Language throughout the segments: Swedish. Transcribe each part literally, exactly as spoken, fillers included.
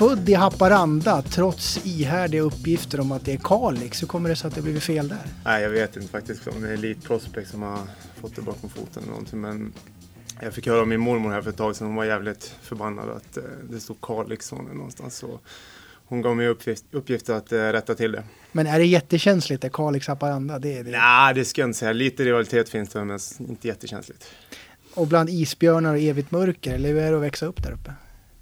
född i Haparanda trots ihärdiga uppgifter om att det är Kalix. Hur kommer det sig att det blivit fel där? Nej, jag vet inte faktiskt om det är Elite Prospect som har fått det bakom foten eller någonting, men jag fick höra av min mormor här för ett tag sedan. Hon var jävligt förbannad att eh, det stod Kalix någonstans, så hon gav mig uppgift, uppgift att eh, rätta till det. Men är det jättekänsligt, det Kalix Haparanda? Det är det. Nej, det ska jag inte säga. Lite rivalitet finns det, men inte jättekänsligt. Och bland isbjörnar och evigt mörker, eller hur är det att växa upp där uppe?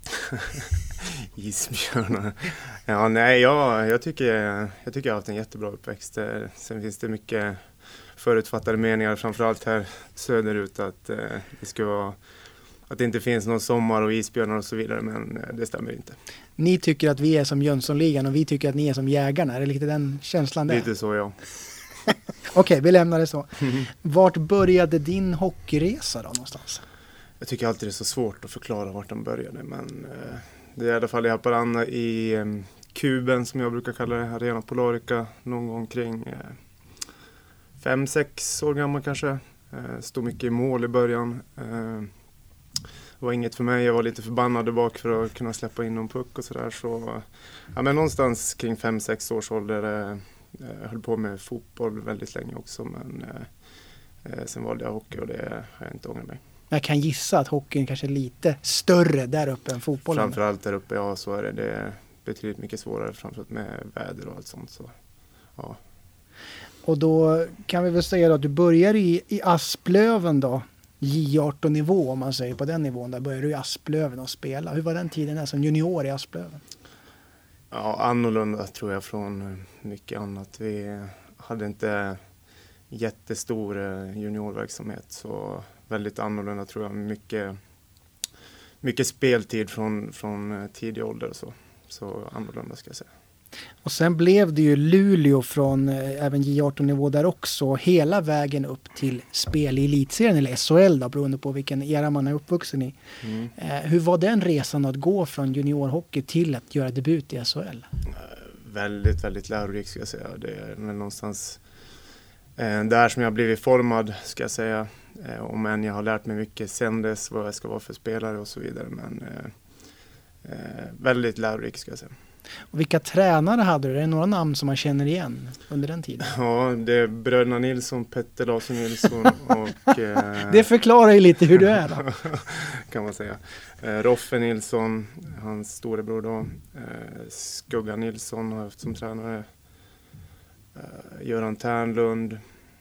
Isbjörnar. Ja, nej, jag, jag, tycker, jag tycker jag har haft en jättebra uppväxt. Sen finns det mycket förutfattade meningar, framförallt här söderut, att eh, det ska vara, att det inte finns någon sommar och isbjörnar och så vidare, men eh, det stämmer inte. Ni tycker att vi är som Jönssonligan och vi tycker att ni är som jägarna. Är det lite den känslan där? Lite så, ja. Okej, okay, vi lämnar det så. Vart började din hockeyresa då någonstans? Jag tycker alltid det är så svårt att förklara vart den började, men eh, det är i alla fall i Haparanda i eh, Kuben, som jag brukar kalla det, Arena Polarica, någon gång kring eh, fem, sex år gammal kanske. Eh, stod mycket i mål i början. Eh, det var inget för mig, jag var lite förbannad där bak för att kunna släppa in någon puck och sådär. Så, ja, men någonstans kring fem, sex års ålder eh, jag höll på med fotboll väldigt länge också, men eh, sen valde jag hockey och det har jag inte ångrat mig. Jag kan gissa att hockeyn kanske är lite större där uppe än fotbollen. Framförallt där uppe, ja, så är det. Det är betydligt mycket svårare, framförallt med väder och allt sånt. Så, ja. Och då kan vi väl säga då att du börjar i, i Asplöven då, J arton-nivå om man säger på den nivån. Där började du i Asplöven och spela. Hur var den tiden där som junior i Asplöven? Ja, annorlunda tror jag från mycket annat. Vi hade inte jättestor juniorverksamhet, så väldigt annorlunda tror jag. Mycket, mycket speltid från, från tidig ålder och så. Så annorlunda ska jag säga. Och sen blev det ju Luleå från eh, även J arton-nivå där också, hela vägen upp till spel i elitserien eller S H L då, beroende på vilken era man är uppvuxen i. Mm. Eh, hur var den resan att gå från juniorhockey till att göra debut i S H L? Eh, väldigt, väldigt lärorik ska jag säga. Det är väl någonstans eh, där som jag blivit formad ska jag säga. Eh, om än jag har lärt mig mycket sen dess, vad jag ska vara för spelare och så vidare. Men eh, eh, väldigt lärorik ska jag säga. Och vilka tränare hade du? Är det några namn som man känner igen under den tiden? Ja, det är bröderna Nilsson, Petter Larsson Nilsson och... Eh, det förklarar ju lite hur du är då. kan man säga. Eh, Roffe Nilsson, hans storebror då. Eh, Skugga Nilsson har jag haft som tränare. Eh, Göran Tärnlund.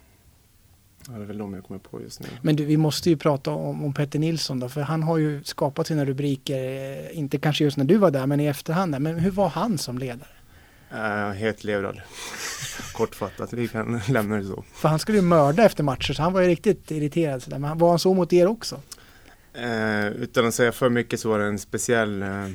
Ja, det är väl de jag kommer på just nu. Men du, vi måste ju prata om, om Petter Nilsson då, för han har ju skapat sina rubriker, eh, inte kanske just när du var där, men i efterhand där. Men hur var han som ledare? Uh, helt levrad. Kortfattat, vi kan lämna det så. För han skulle ju mörda efter matcher, så han var ju riktigt irriterad. Så där. Men var han så mot er också? Uh, utan att säga för mycket så var det en speciell... Uh,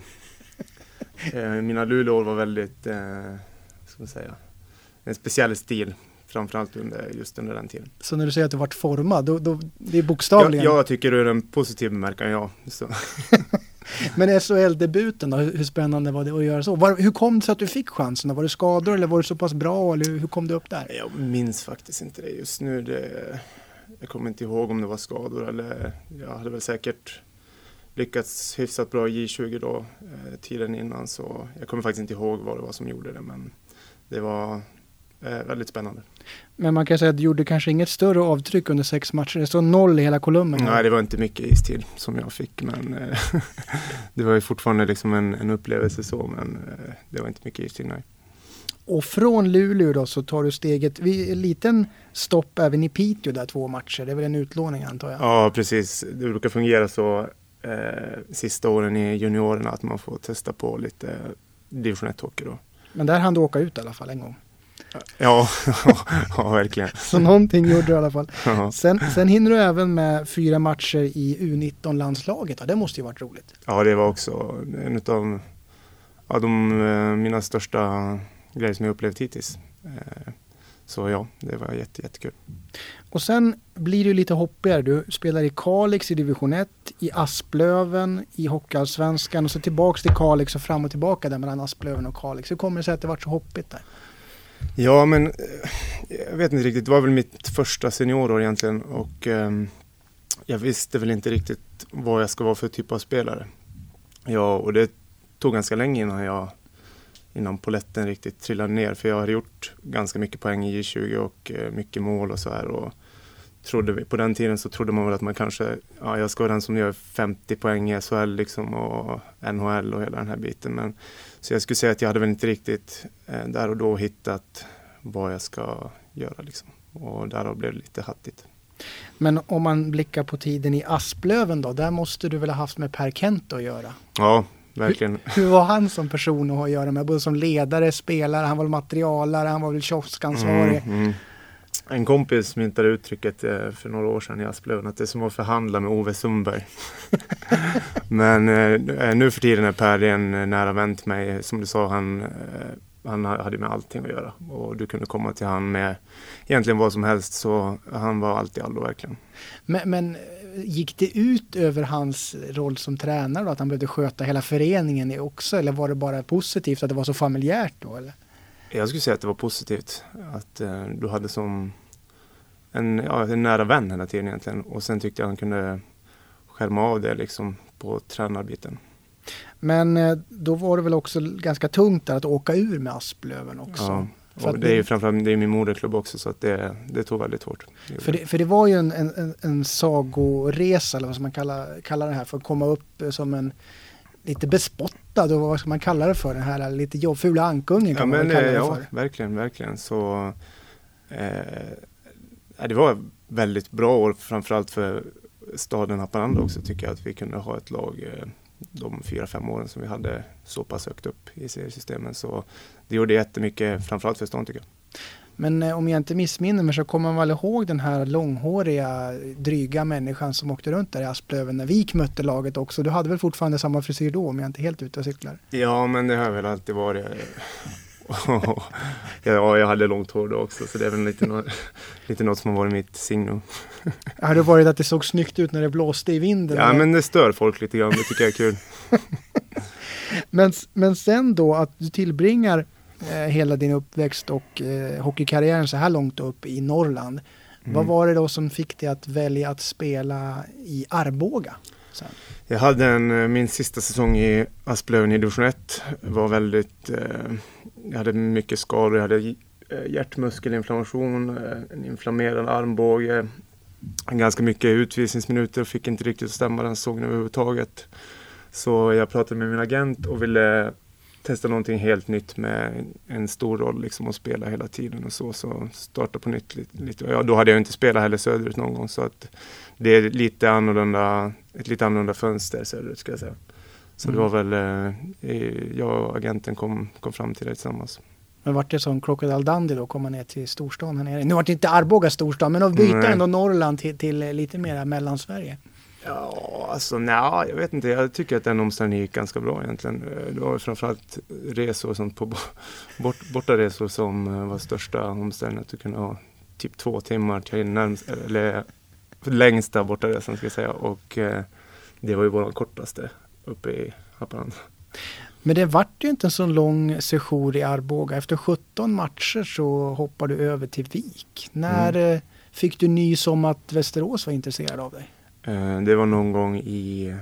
uh, mina Luleå var väldigt, uh, ska man säga, en speciell stil. Framförallt under, just under den tiden. Så när du säger att du varit formad, då, då, det är bokstavligen... Jag, jag tycker det är en positiv bemärkan, ja. Så. Men S H L-debuten då, hur spännande var det att göra så? Var, hur kom det sig att du fick chansen? Var det skador eller var du så pass bra? Eller hur, hur kom du upp där? Jag minns faktiskt inte det just nu. Det, jag kommer inte ihåg om det var skador eller jag hade väl säkert lyckats hyfsat bra i J tjugo då, eh, tiden innan. Så jag kommer faktiskt inte ihåg vad det var som gjorde det, men det var... väldigt spännande. Men man kan säga att du gjorde kanske inget större avtryck under sex matcher. Det stod noll i hela kolumnen. Nej, det var inte mycket istid som jag fick, men eh, det var ju fortfarande liksom en, en upplevelse så, men eh, det var inte mycket istid, nej. Och från Luleå då så tar du steget, vi en liten stopp även i Piteå där två matcher. Det är väl en utlåning antar jag? Ja, precis. Det brukar fungera så eh, sista åren i juniorerna att man får testa på lite eh, division ett-hockey då. Men där hann du åka ut i alla fall en gång. Ja, ja, verkligen. Så någonting gjorde du i alla fall. Ja. Sen, sen hinner du även med fyra matcher i U nitton-landslaget. Ja, det måste ju varit roligt. Ja, det var också en av ja, de, mina största grejer som jag upplevt hittills. Så ja, det var jätte, jättekul. Och sen blir du lite hoppigare. Du spelar i Kalix i division ett, i Asplöven, i Hockeyallsvenskan och så tillbaks till Kalix och fram och tillbaka där mellan Asplöven och Kalix. Hur kommer det sig att det var så hoppigt där? Ja, men jag vet inte riktigt. Det var väl mitt första seniorår egentligen och eh, jag visste väl inte riktigt vad jag ska vara för typ av spelare. Ja, och det tog ganska länge innan jag innan poletten riktigt trillade ner. För jag hade gjort ganska mycket poäng i J tjugo och eh, mycket mål och så här. Och trodde vi, på den tiden så trodde man väl att man kanske, ja, jag ska vara den som gör femtio poäng i S H L liksom, och N H L och hela den här biten. Men, så jag skulle säga att jag hade väl inte riktigt eh, där och då hittat vad jag ska göra liksom. Och därav blev det lite hattigt. Men om man blickar på tiden i Asplöven då, där måste du väl ha haft med Per Kent att göra? Ja, verkligen. Hur, hur var han som person att ha att göra med? Både som ledare, spelare, han var materialare, han var väl kioskansvarig. Mm, mm. En kompis myntade uttrycket för några år sedan i Asplöven att det är som att förhandla med Ove Sundberg. Men eh, nu för tiden är Per en nära vän till mig. Som du sa, han, eh, han hade med allting att göra. Och du kunde komma till han med egentligen vad som helst. Så han var alltid allo verkligen. Men, men gick det ut över hans roll som tränare då? Att han behövde sköta hela föreningen också? Eller var det bara positivt att det var så familjärt då? Eller? Jag skulle säga att det var positivt. Att eh, du hade som en, ja, en nära vän hela tiden egentligen. Och sen tyckte jag att han kunde skärma av det liksom på tränarbiten. Men eh, då var det väl också ganska tungt där att åka ur med Asplöven också. Ja. Och det är ju framförallt det är min moderklubb också, så att det, det tog väldigt hårt. För det, för det var ju en, en, en sagoresa, eller vad ska man kalla, kalla det här, för att komma upp som en lite bespottad, och vad ska man kalla det för, den här lite jobb, fula ankungen kan ja, man men, kalla det ja, för. verkligen, verkligen. Så eh, det var väldigt bra år, framförallt för staden Haparanda också, tycker jag, att vi kunde ha ett lag eh, de fyra, fem åren som vi hade så pass högt upp i seriesystemen. Så det gjorde jättemycket, framförallt för stan tycker jag. Men eh, om jag inte missminner mig så kommer man väl ihåg den här långhåriga, dryga människan som åkte runt där i Asplöven när Vik mötte laget också. Du hade väl fortfarande samma frisyr då, om jag inte helt ute och cyklar? Ja, men det har väl alltid varit. Ja, jag hade långt hår då också, så det är väl lite, no- lite något som har varit mitt signum. Har det varit att det såg snyggt ut när det blåste i vinden? Ja, eller? Men det stör folk lite grann, det tycker jag är kul. men, men sen då att du tillbringar eh, hela din uppväxt och eh, hockeykarriären så här långt upp i Norrland. Mm. Vad var det då som fick dig att välja att spela i Arboga sen? Jag hade en, min sista säsong i Asplöven i division ett var väldigt, eh, jag hade mycket skador, jag hade hjärtmuskelinflammation, en inflammerad armbåge, ganska mycket utvisningsminuter och fick inte riktigt stämma den sågen överhuvudtaget. Så jag pratade med min agent och ville testa någonting helt nytt med en stor roll liksom, och spela hela tiden och så, så starta på nytt lite, lite. Ja, då hade jag inte spelat heller söderut någon gång, så att det är lite annorlunda, ett lite annorlunda fönster söderut ska jag säga. Så mm. det var väl eh, jag och agenten kom, kom fram till det tillsammans. Men vart det som Crocodile Dundee då, komma ner till storstan här nere? Nu var det inte Arboga storstad, men att byta Nej. ändå Norrland till, till lite mer Mellansverige. Ja, alltså nej, jag vet inte. Jag tycker att den omställningen gick ganska bra egentligen. Det var framförallt resor och sånt på bort, bortaresor som var största omställningen. Att du kunde ha typ två timmar till närmast, eller längsta bortaresan ska jag säga. Och eh, det var ju vår kortaste uppe i Haparanda. Men det vart ju inte en så lång session i Arboga. Efter sjutton matcher så hoppade du över till Vik. När mm. fick du nys om att Västerås var intresserad av dig? Eh, det var någon gång i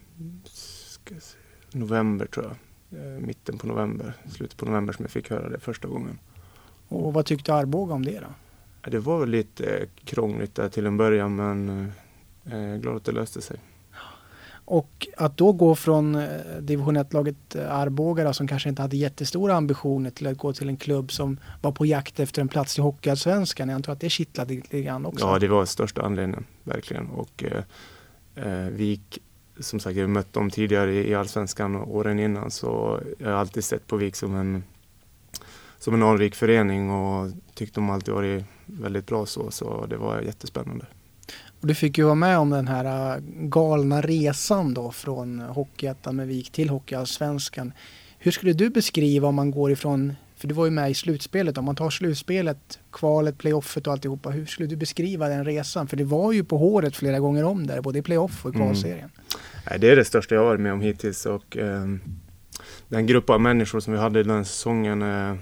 ska jag säga, november tror jag. Eh, mitten på november, slutet på november som jag fick höra det första gången. Och vad tyckte Arboga om det då? Det var väl lite krångligt där till en början, men jag är glad att det löste sig. Och att då gå från division ett-laget Arboga då, som kanske inte hade jättestora ambitioner, till att gå till en klubb som var på jakt efter en plats i Hockeyallsvenskan. Jag tror att det kittlade lite grann också. Ja, det var största anledningen, verkligen. Och eh, Vik, som sagt, jag har mött dem tidigare i Allsvenskan och åren innan, så jag har alltid sett på Vik som en som en anrik förening och tyckte de alltid varit väldigt bra så, så det var jättespännande. Och du fick ju vara med om den här galna resan då från Hockeyettan med Vik till Hockeyallsvenskan. Hur skulle du beskriva om man går ifrån, för du var ju med i slutspelet, om man tar slutspelet, kvalet, playoffet och alltihopa, hur skulle du beskriva den resan? För det var ju på håret flera gånger om där, både i playoff och i kvalserien. Mm. Det är det största jag har varit med om hittills, och eh, den grupp av människor som vi hade i den säsongen eh,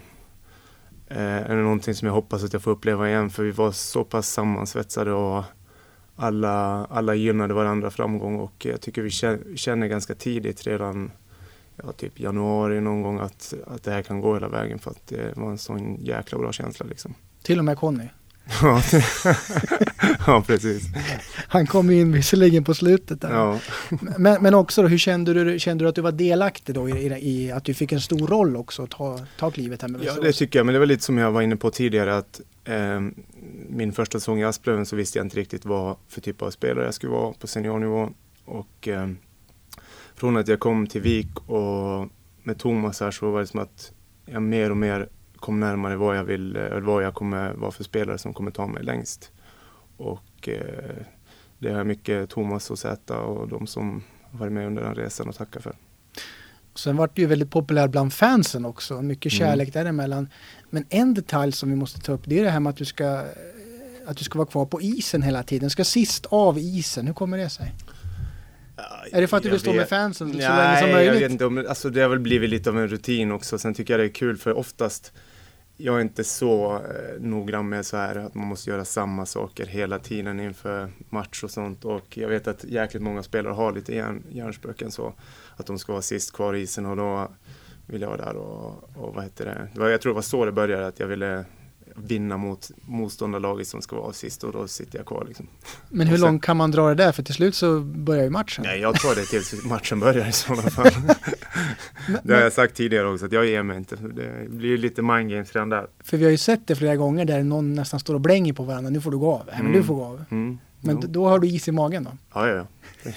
är någonting som jag hoppas att jag får uppleva igen, för vi var så pass sammansvetsade och alla, alla gynnade varandra framgång, och jag tycker vi känner ganska tidigt redan ja, typ januari någon gång att, att det här kan gå hela vägen, för att det var en sån jäkla bra känsla liksom. Till och med Conny. Ja, ja, precis. Han kom in visserligen på slutet där. Ja. Men, men också då, hur kände du, kände du att du var delaktig då i, i, i att du fick en stor roll också att ta, ta klivet här med Västerås? Ja, det tycker jag, men det var lite som jag var inne på tidigare, att eh, min första säsong i Asplöven så visste jag inte riktigt vad för typ av spelare jag skulle vara på seniornivå, och eh, från att jag kom till Vik och med Thomas här så var det som att jag mer och mer kom närmare vad jag vill, eller vad jag kommer vara för spelare som kommer ta mig längst. Och eh, det har mycket Thomas och Zäta och de som har varit med under den resan att tacka för. Sen var det ju väldigt populär bland fansen också. Mycket kärlek mm. däremellan. Men en detalj som vi måste ta upp, det är det här med att du ska, att du ska vara kvar på isen hela tiden. Du ska sist av isen. Hur kommer det sig? Är det för att du vill stå med fansen så Nej, länge som möjligt? Jag vet inte om, alltså det har väl blivit lite av en rutin också. Sen tycker jag det är kul, för oftast jag är inte så eh, noggrann med så här att man måste göra samma saker hela tiden inför match och sånt. Och jag vet att jäkligt många spelare har lite hjärn, hjärnspöken så att de ska vara sist kvar i isen, och då vill jag vara där och, och vad heter det? det var, jag tror det var så det började, att jag ville vinna mot motståndarlaget som ska vara sist, och då sitter jag kvar liksom. Men hur sen, långt kan man dra det där? För till slut så börjar ju matchen. Nej, jag tar det tills matchen börjar i sådana fall. men, det har jag sagt tidigare också, att jag ger mig inte. Det blir lite mind games redan där. För vi har ju sett det flera gånger där någon nästan står och blänger på varandra. Nu får du gå av. Mm. Men du får gå av. Mm. Men d- då har du is i magen då? Ja, ja, ja.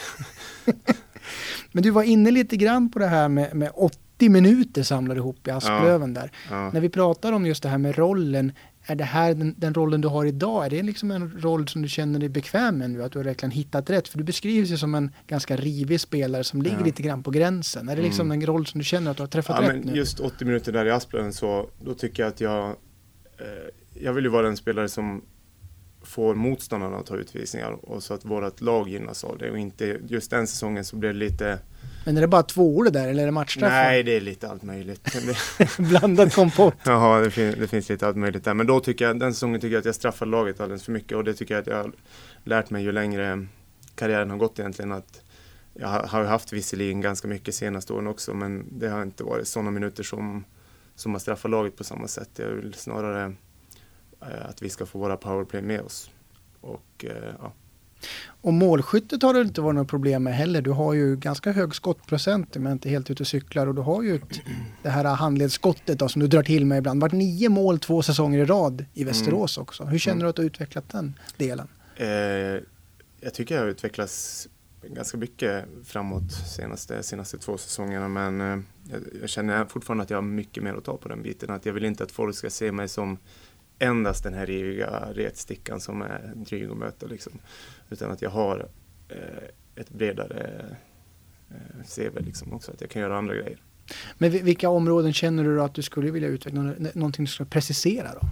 Men du var inne lite grann på det här med, med åttio minuter samlade ihop i Asplöven ja. där. Ja. När vi pratar om just det här med rollen, är det här den, den rollen du har idag? Är det liksom en roll som du känner dig bekväm med nu? Att du har verkligen hittat rätt? För du beskrivs ju som en ganska rivig spelare som ligger ja. lite grann på gränsen. Är det liksom mm. en roll som du känner att du har träffat ja, rätt men nu? Just åttio minuter där i Asplöven, så då tycker jag att jag eh, jag vill ju vara en spelare som får motståndarna att ta utvisningar, och så att vårt lag gynnas av det, och inte just den säsongen så blev det lite. Men är det bara två år där, eller är det matchstraff? Nej, det är lite allt möjligt. Blandad kompott. Jaha, det, fin- det finns lite allt möjligt där. Men då tycker jag, den säsongen tycker jag att jag straffar laget alldeles för mycket, och det tycker jag att jag har lärt mig ju längre karriären har gått egentligen, att jag har haft visserligen ganska mycket senaste åren också, men det har inte varit sådana minuter som, som har straffat laget på samma sätt. Jag vill snarare eh, att vi ska få våra powerplay med oss. Och eh, ja. Och målskyttet har det inte varit något problem med heller. Du har ju ganska hög skottprocent, men inte helt ute och cyklar. Och du har ju ett, det här handledsskottet då, som du drar till med ibland. Det har varit nio mål två säsonger i rad i Västerås mm. också. Hur känner mm. du att du har utvecklat den delen? Eh, jag tycker jag har utvecklats ganska mycket framåt senaste, senaste två säsongerna. Men eh, jag, jag känner fortfarande att jag har mycket mer att ta på den biten. Att jag vill inte att folk ska se mig som endast den här riviga retstickan som är dryg att möta liksom. Utan att jag har eh, ett bredare eh, C V liksom också, att jag kan göra andra grejer. Men vilka områden känner du att du skulle vilja utveckla? Någonting du ska precisera då?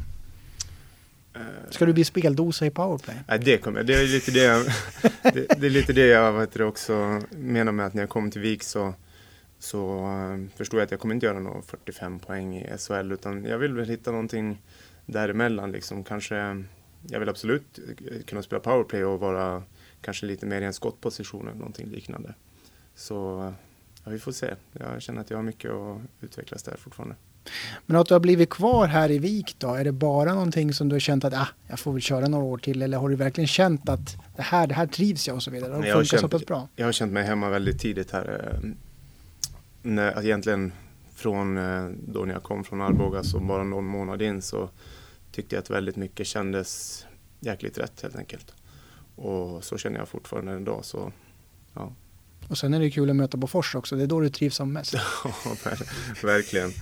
Ska du bli speldosa i powerplay? Nej, det kommer. Det är lite det jag, det, det är lite det jag vet det också menar med att när jag kom till Vik så så uh, förstod jag att jag kommer inte göra några fyrtiofem poäng i S H L, utan jag vill väl hitta någonting däremellan liksom. Kanske, jag vill absolut kunna spela powerplay och vara kanske lite mer i en skottposition eller någonting liknande. Så ja, vi får se. Jag känner att jag har mycket att utvecklas där fortfarande. Men att du har blivit kvar här i Vik då, är det bara någonting som du har känt att ah, jag får väl köra några år till, eller har du verkligen känt att det här, det här trivs jag och så vidare? Jag har, känt, bra? jag har känt mig hemma väldigt tidigt här. När, att egentligen från då när jag kom från Arboga, så bara någon månad in, så tyckte jag att väldigt mycket kändes jäkligt rätt helt enkelt. Och så känner jag fortfarande en dag, så ja. Och sen är det kul att möta Bofors också. Det är då du trivs som mest. Ja, verkligen.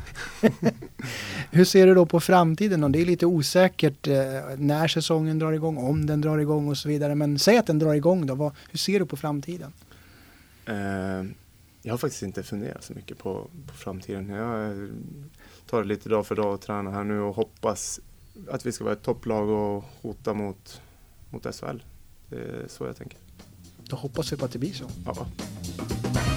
Hur ser du då på framtiden? Det är lite osäkert eh, när säsongen drar igång, om den drar igång och så vidare. Men säg att den drar igång då. Vad, hur ser du på framtiden? Eh, jag har faktiskt inte funderat så mycket på, på framtiden. Jag tar det lite dag för dag och tränar här nu och hoppas att vi ska vara ett topplag och hota mot, mot S H L. Det är så jag tänker. Då hoppas vi på att det blir så. Ja.